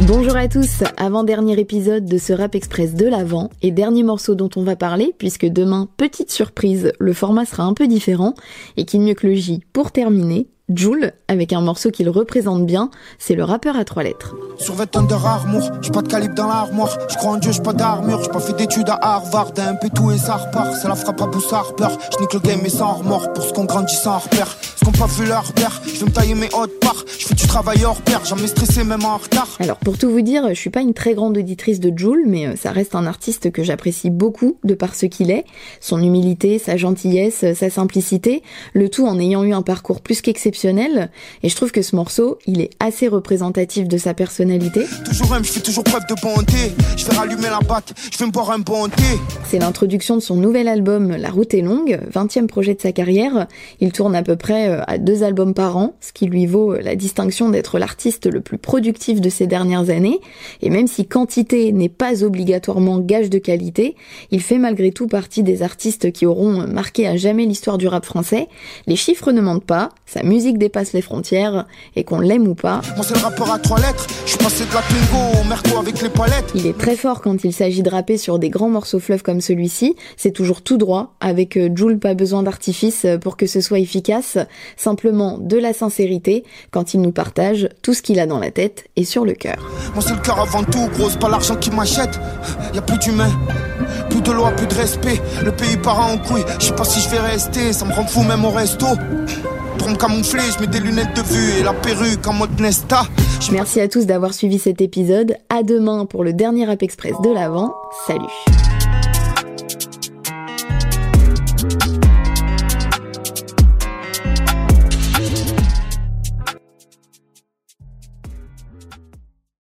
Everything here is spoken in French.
Bonjour à tous, avant-dernier épisode de ce Rap Express de l'Avent et dernier morceau dont on va parler puisque demain, petite surprise, le format sera un peu différent et qui mieux que le J pour terminer, Jul, avec un morceau qu'il représente bien, c'est le rappeur à 3 lettres. Survêt Under Armour, j'ai pas de calibre dans l'armoire, je crois en Dieu, j'ai pas d'armure, j'ai pas fait d'études à Harvard, un peu tout et ça repart, ça la frappe à bout, ça repère, je nique le game et sans remords, pour ce qu'on grandit sans repère, ce qu'on pas vu leur père, je vais me tailler mes hautes parts, je fais du travail hors pair, jamais stressé même en retard. Alors pour tout vous dire, je suis pas une très grande auditrice de Jul, mais ça reste un artiste que j'apprécie beaucoup de par ce qu'il est, son humilité, sa gentillesse, sa simplicité, le tout en ayant eu un parcours plus qu'exceptionnel. Et je trouve que ce morceau, il est assez représentatif de sa personnalité. Toujours même, je fais toujours preuve de bonté. Je vais rallumer la batte, je vais me boire un bon thé. C'est l'introduction de son nouvel album La route est longue, 20e projet de sa carrière. Il tourne à peu près à 2 albums par an, ce qui lui vaut la distinction d'être l'artiste le plus productif de ces dernières années. Et même si quantité n'est pas obligatoirement gage de qualité, il fait malgré tout partie des artistes qui auront marqué à jamais l'histoire du rap français. Les chiffres ne mentent pas, sa musique dépasse les frontières, et qu'on l'aime ou pas. Moi c'est le rappeur à 3 lettres, je suis passé de la Twingo au Merco avec les palettes. Il est très fort quand il s'agit de rapper sur des grands morceaux fleuves comme celui-ci, c'est toujours tout droit, avec Jul pas besoin d'artifice pour que ce soit efficace, simplement de la sincérité, quand il nous partage tout ce qu'il a dans la tête et sur le cœur. Moi c'est le cœur avant tout, gros, c'est pas l'argent qui m'achète, y a plus d'humain, plus de loi, plus de respect, le pays part en couille, je sais pas si je vais rester, ça me rend fou même au resto. Pour me camoufler, je mets des lunettes de vue et la perruque en mode Nesta. Merci à tous d'avoir suivi cet épisode. À demain pour le dernier Rap Express de l'Avent. Salut.